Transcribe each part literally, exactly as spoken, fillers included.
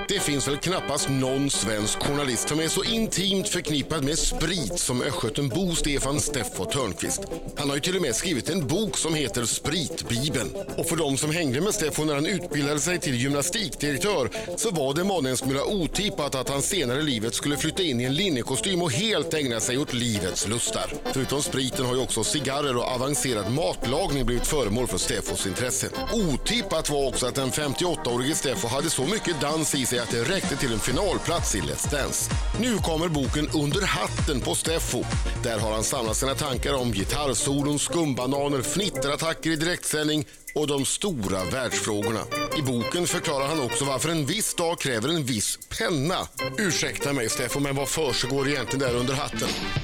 Det finns väl knappast någon svensk journalist som är så intimt förknippad med sprit som östgöten Bo Stefan Steffo Törnqvist. Han har ju till och med skrivit en bok som heter Spritbibeln. Och för de som hängde med Steffo när han utbildade sig till gymnastikdirektör så var det många en smula otippat att han senare i livet skulle flytta in i en linnekostym och helt ägna sig åt livets lustar. Förutom spriten har ju också cigarrer och avancerad matlagning blivit föremål för Steffos intresse. Otippat var också att den femtioåttaårige Steffo hade så mycket dans i sig att det räckte till en finalplats i Let's Dance. Nu kommer boken Under hatten på Steffo. Där har han samlat sina tankar om gitarrsolon, skumbananer, fnitterattacker i direktsändning och de stora världsfrågorna. I boken förklarar han också varför en viss dag kräver en viss penna. Ursäkta mig Steffo, men vad försiggår egentligen där under hatten?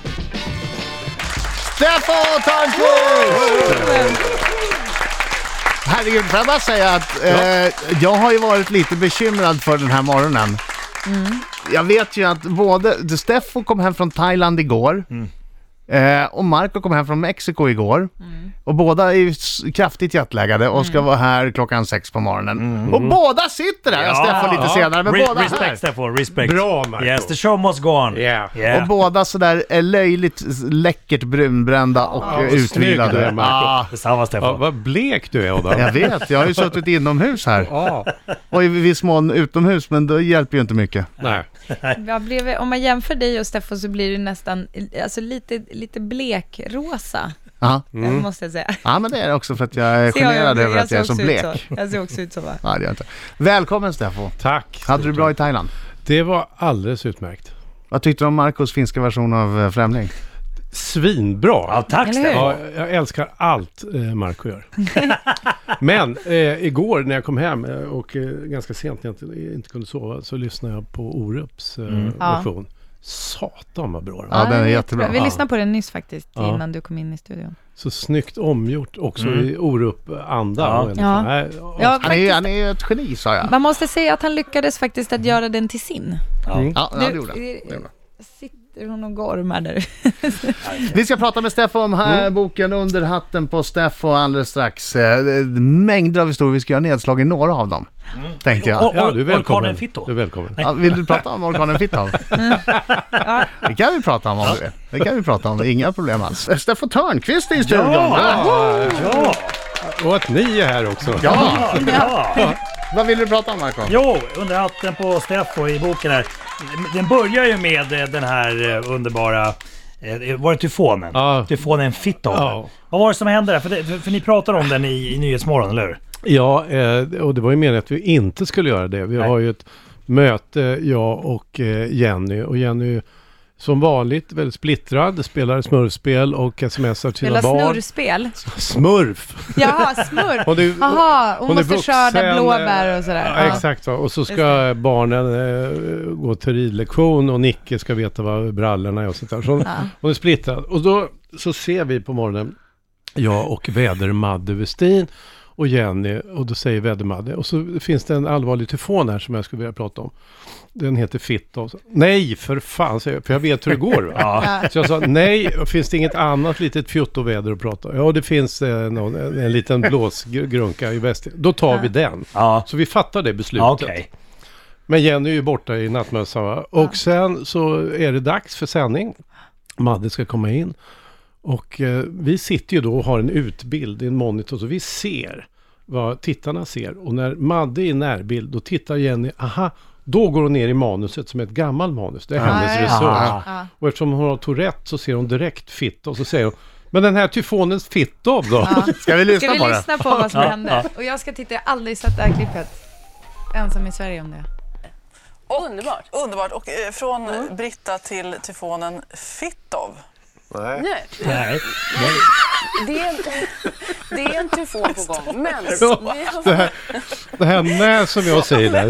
Steffo Törnqvist! Herregud, får jag bara säga att eh, jag har ju varit lite bekymrad för den här morgonen. Mm. Jag vet ju att både Steffo kom hem från Thailand igår. Mm. Eh, och Marco kom hem från Mexiko igår. Mm. Och båda är kraftigt jetlaggade och ska mm. vara här klockan sex på morgonen. Mm. Och båda sitter där. Ja, Steffo lite ja. senare, men Re- båda respect, här. Steffo, respect. Bra, Marco. Yes, the show must go on. Yeah. Yeah. Och båda sådär är löjligt läckert brunbrända och ja, utvilade. Du är, ah. Detsamma, Steffo. Ja, vad blek du är, Oda. Jag vet, jag har ju suttit inomhus här. Ja. Och i viss mån utomhus, men det hjälper ju inte mycket. Nej. Jag blev, om man jämför dig och Steffo så blir det nästan alltså lite, lite blekrosa. Ja. Mm. Måste jag säga. Ja, men det är också för att jag är generad över att jag är så blek. Så. Jag ser också ut så, va? Ja, det är jag inte. Välkommen Steffo. Tack. Hade du bra i Thailand? Det var alldeles utmärkt. Vad tyckte du om Marcos finska version av Främling? Svinbra. Ja, tack Steffo. Ja, jag älskar allt eh, Marco gör. Men eh, igår när jag kom hem eh, och eh, ganska sent när jag inte, inte kunde sova så lyssnade jag på Orups eh, mm. version. Ja. Satan vad bra. Ja, den är jättebra. Vi lyssnade på den nyss faktiskt ja. innan du kom in i studion. Så snyggt omgjort också mm. i Orup-anda. Ja. Ja. Nej, ja, han, är, han är ju ett geni, sa jag. Man måste säga att han lyckades faktiskt att göra den till sin. Ja, mm. ja det gjorde han. Sitter hon och gormar där. Vi ska prata med Steffo om här mm. boken Under hatten på Steffo alldeles strax. Mängder av historier, vi ska göra nedslag i några av dem. Mm. Tänkte jag. Ja, du är välkommen. Fitto. Du är välkommen. Ja, vill du prata om orkanen Fitto? Mm. Ja. Det kan vi prata om om du vill. Det kan vi prata om, inga problem alls. Steffo Törnqvist är i studion. Ja, ja. Och att ni är här också. Ja. Ja. Ja. Vad vill du prata om, Marco? Jo, Under hatten på Steffo i boken här. Den börjar ju med den här underbara, var det tyfonen? Ja. Tyfonen Fitto. Ja. Vad var det som hände där? För, det, för, för ni pratar om den i, i Nyhetsmorgon, eller hur? Ja, eh, och det var ju meningen att vi inte skulle göra det. Vi Nej. har ju ett möte, jag och eh, Jenny. Och Jenny som vanligt väldigt splittrad, spelar smurfspel och smsar till sina barn. Snurrspel? Smurf! Jaha, smurf! Hon, är, Aha, hon, hon måste vuxen, skörda blåbär och sådär. Ja, ja. Exakt, och så ska barnen eh, gå till ridlektion och Nicke ska veta vad brallorna är och sånt där. Så hon, ja. hon är splittrad. Och då så ser vi på morgonen, jag och Väder-Madde Westin och Jenny, och då säger Väder-Madde, och så finns det en allvarlig tyfon här som jag skulle vilja prata om. Den heter Fitto. Nej, för fan, för jag vet hur det går. Ja. Så jag sa, nej, finns det inget annat litet fjuttoväder att prata om? Ja, det finns eh, någon, en, en liten blåsgrunka i väst. Då tar ja. vi den. Ja. Så vi fattar det beslutet. Okay. Men Jenny är ju borta i nattmössa, va? Och ja. sen så är det dags för sändning. Madde ska komma in. Och eh, vi sitter ju då och har en utbild i en monitor, så vi ser vad tittarna ser. Och när Madde är i närbild, då tittar Jenny, aha, då går hon ner i manuset som ett gammal manus. Det är hennes ah, research. Ja, ja. Och eftersom hon har Tourette så ser hon direkt Fitto, och så säger hon, men den här tyfonens Fitto då? Ja. Ska vi lyssna ska vi på det? lyssna på vad som ja, hände? Ja. Och jag ska titta, jag har aldrig sett det här klippet. Ensam i Sverige om det. Underbart. Underbart. Och eh, från mm. Britta till tyfonen Fittov. Nej. Nej. Nej. Det är, en, det är en tyfon på gång. Men ja, det, här, det här med som jag säger där.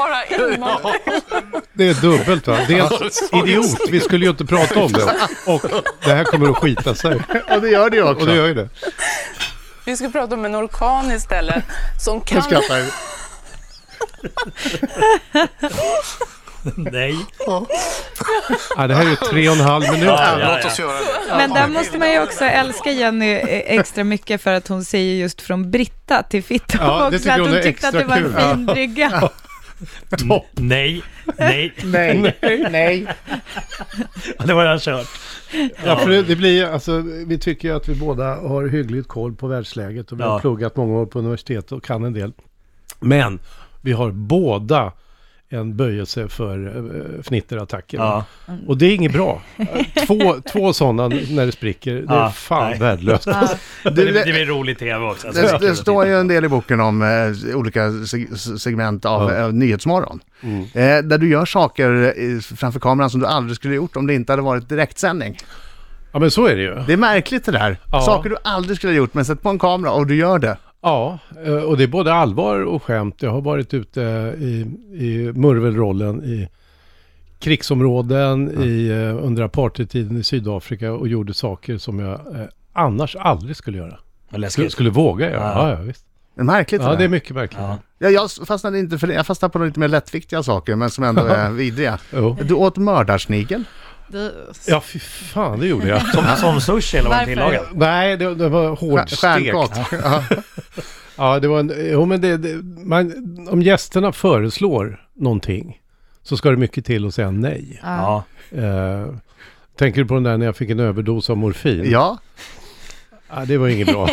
Bara det är dubbelt, va? Det är en idiot. Vi skulle ju inte prata om det. Och det här kommer att skita sig. Och det gör det ju också. Och det gör ju det. Vi ska prata om en orkan istället. Som kan... Nej. Ja, det här är tre och en halv minut. Ja, ja, ja. Men där måste man ju också älska Jenny extra mycket för att hon säger just från Britta till Fitto ja, också, att hon tyckte att det var en fin brygga. Ja. Topp. Nej, nej. Nej, nej. Det var redan kört. Ja, för det, det blir, alltså, vi tycker ju att vi båda har hyggligt koll på världsläget och vi Ja. har pluggat många år på universitet och kan en del. Men vi har båda en böjelse för uh, fnitterattacker. Ja. Och det är inget bra. Två, två sådana när det spricker, det är Ja, fan nej. värdelöst. Ja. Det, det, det blir rolig tv också. Alltså, Det, det står ju en del i boken om eh, olika seg- segment av Ja. eh, Nyhetsmorgon. Mm. Eh, där du gör saker eh, framför kameran som du aldrig skulle gjort om det inte hade varit direktsändning. Ja, men så är det ju. Det är märkligt det där. Ja. Saker du aldrig skulle ha gjort, men sätt på en kamera och du gör det. Ja, eh, och det är både allvar och skämt. Jag har varit ute i, i murvelrollen i krigsområden Ja. i, eh, under apartheidtiden i Sydafrika och gjorde saker som jag eh, annars aldrig skulle göra. Vad läskigt. Skulle, skulle våga göra. Ja. Ja, ja, visst. Det är märkligt det Ja, där. det är mycket märkligt. Ja. Ja, jag fastnade inte för det. Jag fastnade på lite mer lättviktiga saker, men som ändå är vidriga. Jo. Du åt mördarsnigel. Det- Ja, fy fan, det gjorde jag. Som, som sushi eller vad det Varför? tillagad? Nej, det, det var hårt stekt. Stjärnkott. Ja. Ja, det var en, jo, men det, det, man, om gästerna föreslår någonting så ska det mycket till att säga nej. Ja. Ja. Eh, tänker du på den där när jag fick en överdos av morfin? Ja. Ja, det var inget bra.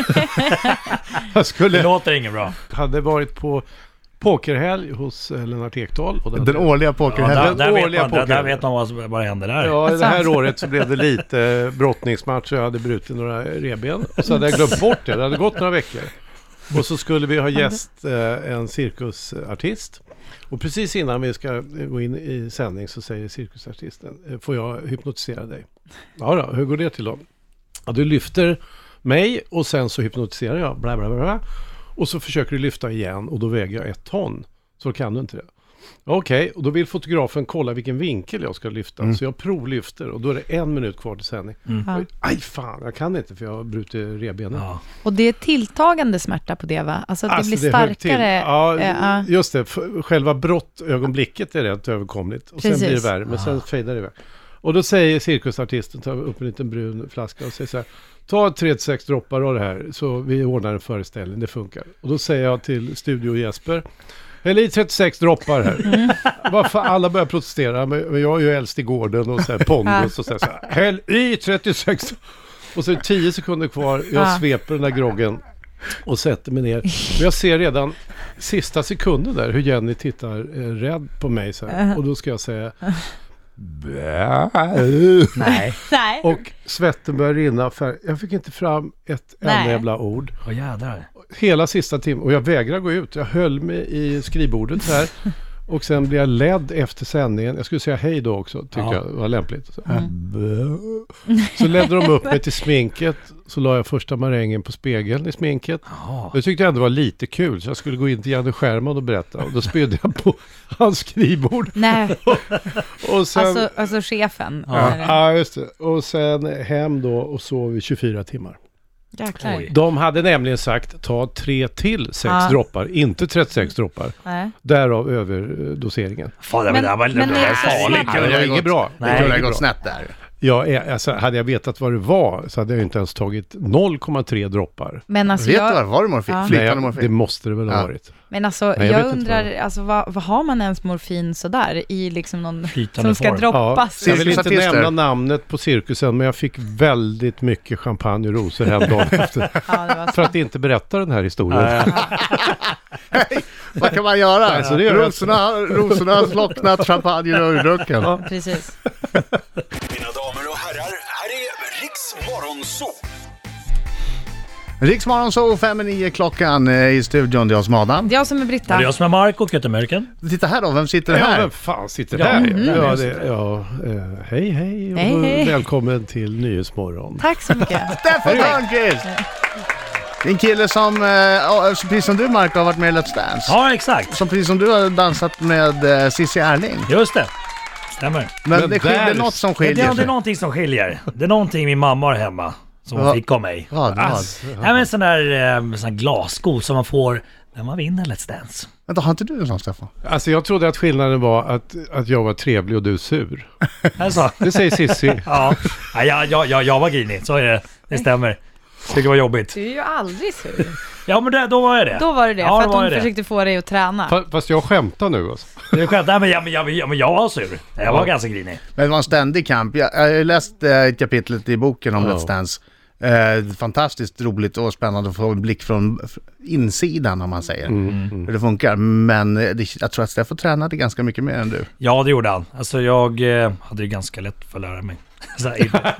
jag Det skulle låter inget bra. hade varit på pokerhelg hos eh, Lennart Ekdal. Och Den årliga Ja, pokerhelgen. där, där, vet årliga man, där, där poker. vet man vad, som- vad det händer där. Ja, det här året så blev det lite brottningsmatch. Jag hade brutit några revben. Så hade jag glömt bort det. Det hade gått några veckor. Och så skulle vi ha gäst eh, en cirkusartist. Och precis innan vi ska gå in i sändning så säger cirkusartisten: får jag hypnotisera dig? Ja då, hur går det till då? Ja, du lyfter mig och sen så hypnotiserar jag. Bla bla bla, bla. Och så försöker du lyfta igen och då väger jag ett ton. Så kan du inte det. Okej, okay, och då vill fotografen kolla vilken vinkel jag ska lyfta. Mm. Så jag provlyfter och då är det en minut kvar till sändning. Mm. Ja. Aj fan, jag kan inte för jag har brutit revbenen. Ja. Och det är tilltagande smärta på det, va? Alltså att Alltså, det blir det hör till. starkare. Ja, eh, ja. just det. F- Själva brottögonblicket är rätt överkomligt. Och sen Precis. blir det värre, men sen fejdar det iväg. Och då säger cirkusartisten, tar upp en liten brun flaska och säger så här: ta tre till sex droppar av det här så vi ordnar en föreställning, det funkar. Och då säger jag till Studio Jesper: häll i trettiosex droppar här. Mm. Varför alla börjar protestera, men jag är ju äldst i gården och så här pondus och så här, så här: häll i trettiosex. Och så är det tio sekunder kvar, jag Ja. sveper den där groggen och sätter mig ner. Och jag ser redan sista sekunden där hur Jenny tittar eh, rädd på mig så här. Och då ska jag säga: Bä. Nej. Nej. Och svetten börjar rinna. För jag fick inte fram ett enda Nej. jävla ord. Vad jädrar. Hela sista timmen. Och jag vägrar gå ut. Jag höll mig i skrivbordet så här. Och sen blev jag ledd efter sändningen. Jag skulle säga hej då också. Tycker Ja. jag var lämpligt. Så, Mm. Bä. Så ledde de upp mig till sminket. Så la jag första marängen på spegeln i sminket. Ja. Jag tyckte ändå det var lite kul. Så jag skulle gå in till Janne Scherman och berätta. Och då spydde jag på hans skrivbord. Nej, Och sen... alltså, alltså chefen. Ja. Eller- Ja, just det. Och sen hem då och sov i tjugofyra timmar. Jäklar. Oj. De hade nämligen sagt ta tre till sex Ja. droppar, inte trettiosex droppar. Nej. Därav överdoseringen. Fan, det Men- var, men det det var är så farligt. snabbt. Ja, det det var har inget gått- bra. Det Nej, kunde ha inget gått bra. snett där. Ja, eh, alltså, hade jag vetat vad det var så hade jag inte ens tagit noll komma tre droppar. Men alltså, Vet du jag, vad? Var det morfin? Ja. Nej, Flytande jag, det morfin? måste det väl ha Ja. varit. men alltså, Nej, jag jag, vet inte undrar, vad det alltså, vad, vad har man ens morfin sådär i liksom någon Flytande som ska form. droppas? Jag vill inte Cirkusartister. nämna namnet på cirkusen, men jag fick väldigt mycket champagne och rosor hem dagen efter. Ja, det var så. För att inte berätta den här historien. Nej. Vad kan man göra? Alltså, det gör jag rosorna, rosorna har slocknat, champagne och urdrucken. Ja. Precis. Mina damer och herrar, här är Riks Morgonzoo! Riksmorgon så fem i nio klockan eh, i studion. Det är jag som Adam. Det är jag som är Det är Britta. jag som är Mark och Göteborgen. Titta här då, vem sitter Ja, här? vem fan sitter Ja, där? mm. Ja, det, ja, eh, hej hej och Hej, hej. välkommen till Nyhetsmorgon. Tack så mycket. Steffo Törnqvist! En kille som, eh, ja, precis som du Mark, har varit med i Let's Dance. Ja, exakt. Som precis som du har dansat med eh, Cissi Erling. Just det. Stämmer. Men, Men det skiljer där- något som Det, skiljer det, det är sig. någonting som skiljer. Det är någonting min mamma har hemma som hon Ja. fick av mig. Vad, vad? Ass. Nej, men sån där, eh, sån här glassko som man får när man vinner Let's Dance. Vänta, har inte du en sån Steffo? Alltså jag trodde att skillnaden var att, att jag var trevlig och du sur. Alltså, Det säger Sissi. ja, ja, ja, ja, jag var grinig. Så är det. Det stämmer. Tycker det var jobbigt. Du är ju aldrig sur. Ja, men det, då var jag det. Då var det det, Ja, för då att var hon jag det. försökte få dig att träna. Fa- Fast jag skämtar nu alltså. Det är skönt. Nej, men jag, men, jag, men, jag, men jag var sur. Jag var Ja. ganska grinig. Men det var en ständig kamp. Jag, jag har läst eh, kapitlet i boken om Ja. Let's Dance. Eh, fantastiskt roligt och spännande att få en blick från f- insidan, om man säger. Mm. Hur det funkar. Men eh, det, jag tror att Steffo tränade ganska mycket mer än du. Ja, det gjorde han. Alltså jag eh, hade ju ganska lätt för att lära mig. Så här,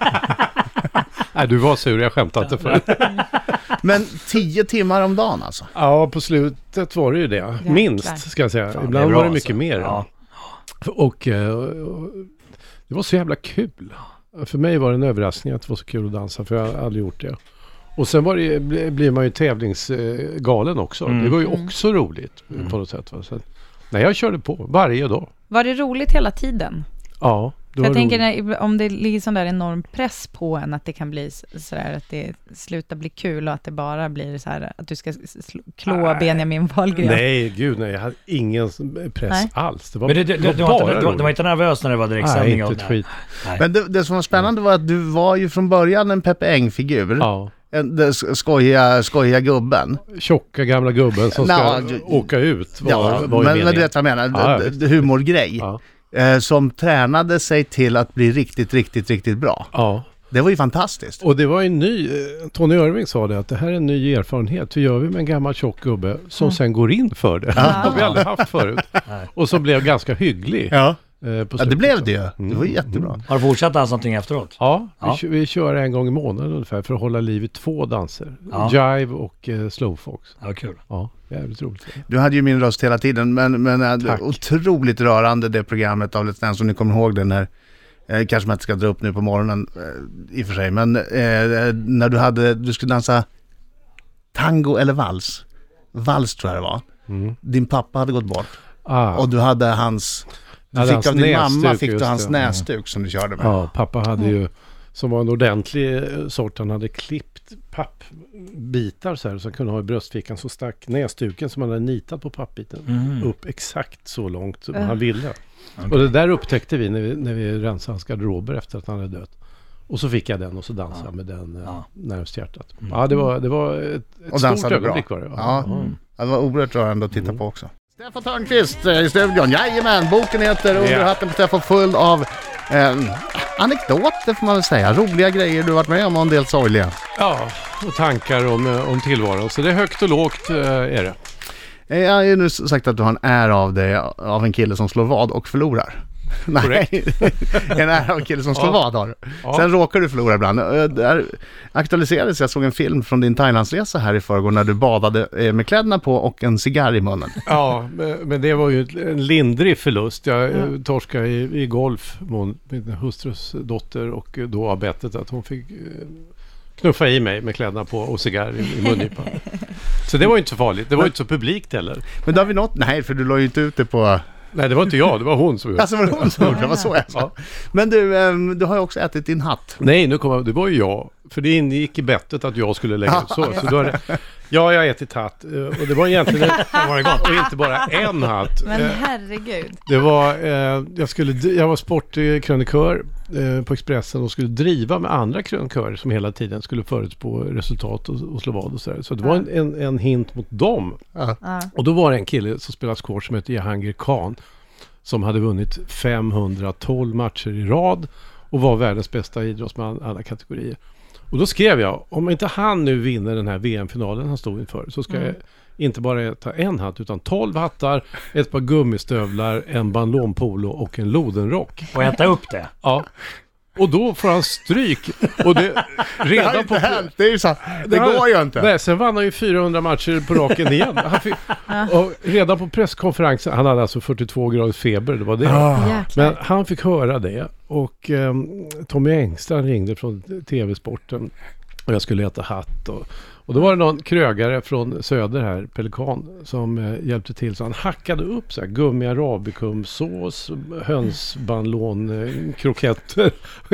Nej, du var sur, jag skämtade inte för det. Men tio timmar om dagen alltså. Ja, på slutet var det ju det. Minst, ska jag säga. Fan, Ibland det är bra, var det mycket alltså. mer. Ja. Och, eh, och det var så jävla kul. För mig var det en överraskning att det var så kul att dansa, för jag hade aldrig gjort det. Och sen var det, bli- blir man ju tävlingsgalen också. Mm. Det var ju också roligt på något sätt. Va? Så, att- nej, jag körde på varje dag. Var det roligt hela tiden? Ja, det För var jag tänker roligt. när, om det ligger sån där enorm press på en, att det kan bli s- sådär att det slutar bli kul och att det bara blir så här att du ska s- sl- klå Nej. Benjamin Wahlgren. Nej, gud nej. Jag hade ingen press Nej. alls. Det var, Men du, du, du, det du, var var bara inte, du, var- du var roligt. inte nervös när det var Nej, direktsändning? inte och- ett skit. Nej. Men det, det som var spännande var att du var ju från början en Peppe Eng-figur. Ja. En, den s- skojiga, skojiga gubben. Tjocka gamla gubben som ska Nå, du- åka ut var, Ja, var ju men, men meningen. du vet vad jag menar. Ja, D- visst. d- humorgrej. Ja. Eh, som tränade sig till att bli riktigt, riktigt, riktigt bra. Ja. Det var ju fantastiskt. Och det var en ny, eh, Tony Irving sa det, att det här är en ny erfarenhet. Hur gör vi med en gammal tjock gubbe som sen går in för det? Det har vi aldrig haft förut. Och som blev ganska hygglig. Ja, eh, på ja det slutet. blev det ju. Det var ju jättebra. Har du fortsatt dansa någonting efteråt? Ja, vi, Ja. kö- vi kör en gång i månaden ungefär för att hålla liv i två danser. Ja. Jive och eh, slowfox. Ja, kul. Ja, jävligt roligt. Du hade ju min röst hela tiden, men, men äh, Tack. otroligt rörande det programmet av Let's Dance, som ni kommer ihåg det när, eh, kanske man inte ska dra upp nu på morgonen eh, i och för sig, men eh, när du hade, du skulle dansa tango eller vals. Vals tror jag det var. Mm. Din pappa hade gått bort Ah, och du hade hans, du Hade fick hans av din näsduk, mamma fick du just hans det. näsduk som du körde med. ja, pappa hade ju, som var en ordentlig eh, sort, han hade klippt pappbitar så här, så han kunde ha i bröstfickan, så stack näsduken som han hade nitat på pappbiten Mm. upp exakt så långt som Äh. han ville. Och det där upptäckte vi när vi, när vi rensade hans garderober efter att han hade dött. Och så fick jag den och så dansade jag med den eh, Ja. närmast hjärtat. Ja, det var, det var ett, ett Och stort dansade bra. ögonblick var det. Ja. Mm. Ja, det var oerhört rörande att titta på också. Steffo Törnqvist eh, i studion. Jajamän, boken heter Under Ja. hatten på Steffo, full av eh, anekdoter får man väl säga. Roliga grejer du varit med om och en del sorgliga. Ja, och tankar om, eh, om tillvaron. Så det är högt och lågt eh, är det. Eh, Jag har ju nu sagt att du har en ära av dig av en kille som slår vad och förlorar. Nej, en ära av en kille som slår Ja. vad har du. Ja. Sen råkar du förlora ibland. Eh, Där aktualiserades, jag såg en film från din Thailandsresa här i förrgår när du badade eh, med kläderna på och en cigarr i munnen. Ja, men men det var ju en lindrig förlust. Jag mm. torskade i, i golf mot min hustrus dotter och då av bettet att hon fick eh, knuffa i mig med kläderna på och cigarr i, i mungipan. Så det var ju inte så farligt. Det var ju inte så publikt heller. Men då har vi nått, nej för du la ju inte ut det på... Nej, det var inte jag. Det var hon som gjorde. Alltså var det hon som gjorde det? Det var så jag sa. Men du, ehm, du har ju också ätit din hatt. Nej, nu kommer det var ju jag. För det ingick i bettet att jag skulle lägga ut så. så då är det, ja, jag har ätit hatt. eh, Och det var egentligen var det gott. Och inte bara en hatt. Men Eh, herregud. Det var, eh, jag, skulle, jag var sportkrönikör eh, på Expressen och skulle driva med andra krönikörer som hela tiden skulle förutspå resultat och, och slå vad och sådär. Så det var en, en, en hint mot dem. Ja. Ja. Och då var det en kille som spelade squash som heter Jahangir Khan som hade vunnit femhundratolv matcher i rad och var världens bästa idrottsman i alla kategorier. Och då skrev jag, om inte han nu vinner den här V M-finalen han stod inför så ska jag inte bara ta en hatt utan tolv hattar, ett par gummistövlar, en bandlånpolo och en lodenrock. Och äta upp det. Ja. Och då får han stryk. Och det, Det har redan inte på... hänt, det är ju så. Det har- går ju inte. Nej, sen vann han ju fyrahundra matcher på raken igen. Han fick, och redan på presskonferensen, han hade alltså fyrtiotvå graders feber, det var det. Jäklar. Men han fick höra det och um, Tommy Engstrand ringde från T V-sporten och jag skulle äta hatt och, och då var det någon krögare från Söder här, Pelikan, som eh, hjälpte till så han hackade upp så här gummi arabikumsås, hönsbandlån, eh, kroketter.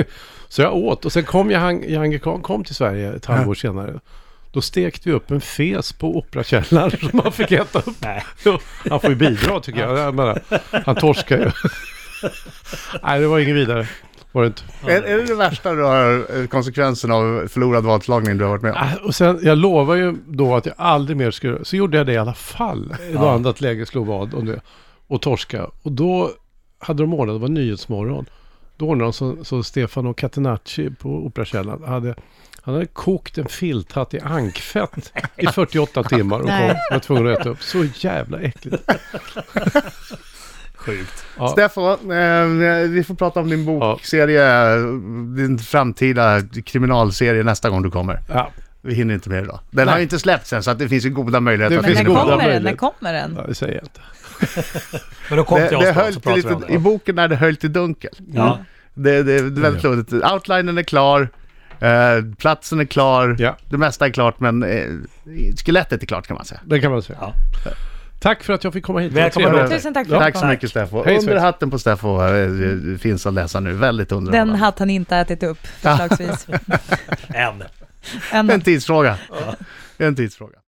Så jag åt och sen kom Jahangir Khan kom till Sverige ett halvår senare. Då stekte vi upp en fes på Operakällaren som han fick äta upp. Nej. Han får ju bidra tycker jag. jag menar, han torskar ju. Nej, det var ingen vidare. Var det inte? Är, är det det värsta du har, konsekvensen av förlorad vadslagning du har varit med om? Ah, och sen, jag lovar ju då att jag aldrig mer skulle... Så gjorde jag det i alla fall. I något Ja. annat läge slog vad och, det, och torska. Och då hade de ordnat, det var Nyhetsmorgon. Då ordnade de så, så Stefano Catenacci på Operakällaren hade... Han hade kokt en filthatt i ankfett i fyrtioåtta timmar och kom, var tvungen att äta upp. Så jävla äckligt. Sjukt. Ja. Steffo, eh, vi får prata om din bokserie, din framtida kriminalserie nästa gång du kommer. Ja. Vi hinner inte med idag. Den Nej. har ju inte släppts än så att det finns ju goda möjligheter. Det att Men finns när goda kommer den? När möjligheter. kommer den? Ja, det säger jag inte. Men då kom det, till det oss då, höll så till pratar vi lite, om det. I boken är det höll till dunkel. Ja. Det, det, det är väldigt luddigt. Outlinen är klar, eh, platsen är klar, Ja. det mesta är klart, men eh, skelettet är klart kan man säga. Det kan man säga. Ja. Tack för att jag fick komma hit. Välkommen Trevligt. åter. Tusen tack för Tack att du så kom. mycket Steffo. Hej, Under svejs. hatten på Steffo eh, finns att läsa nu. Väldigt underhållande. Den hatt han inte ätit upp, förslagsvis. En. En En tidsfråga. En tidsfråga.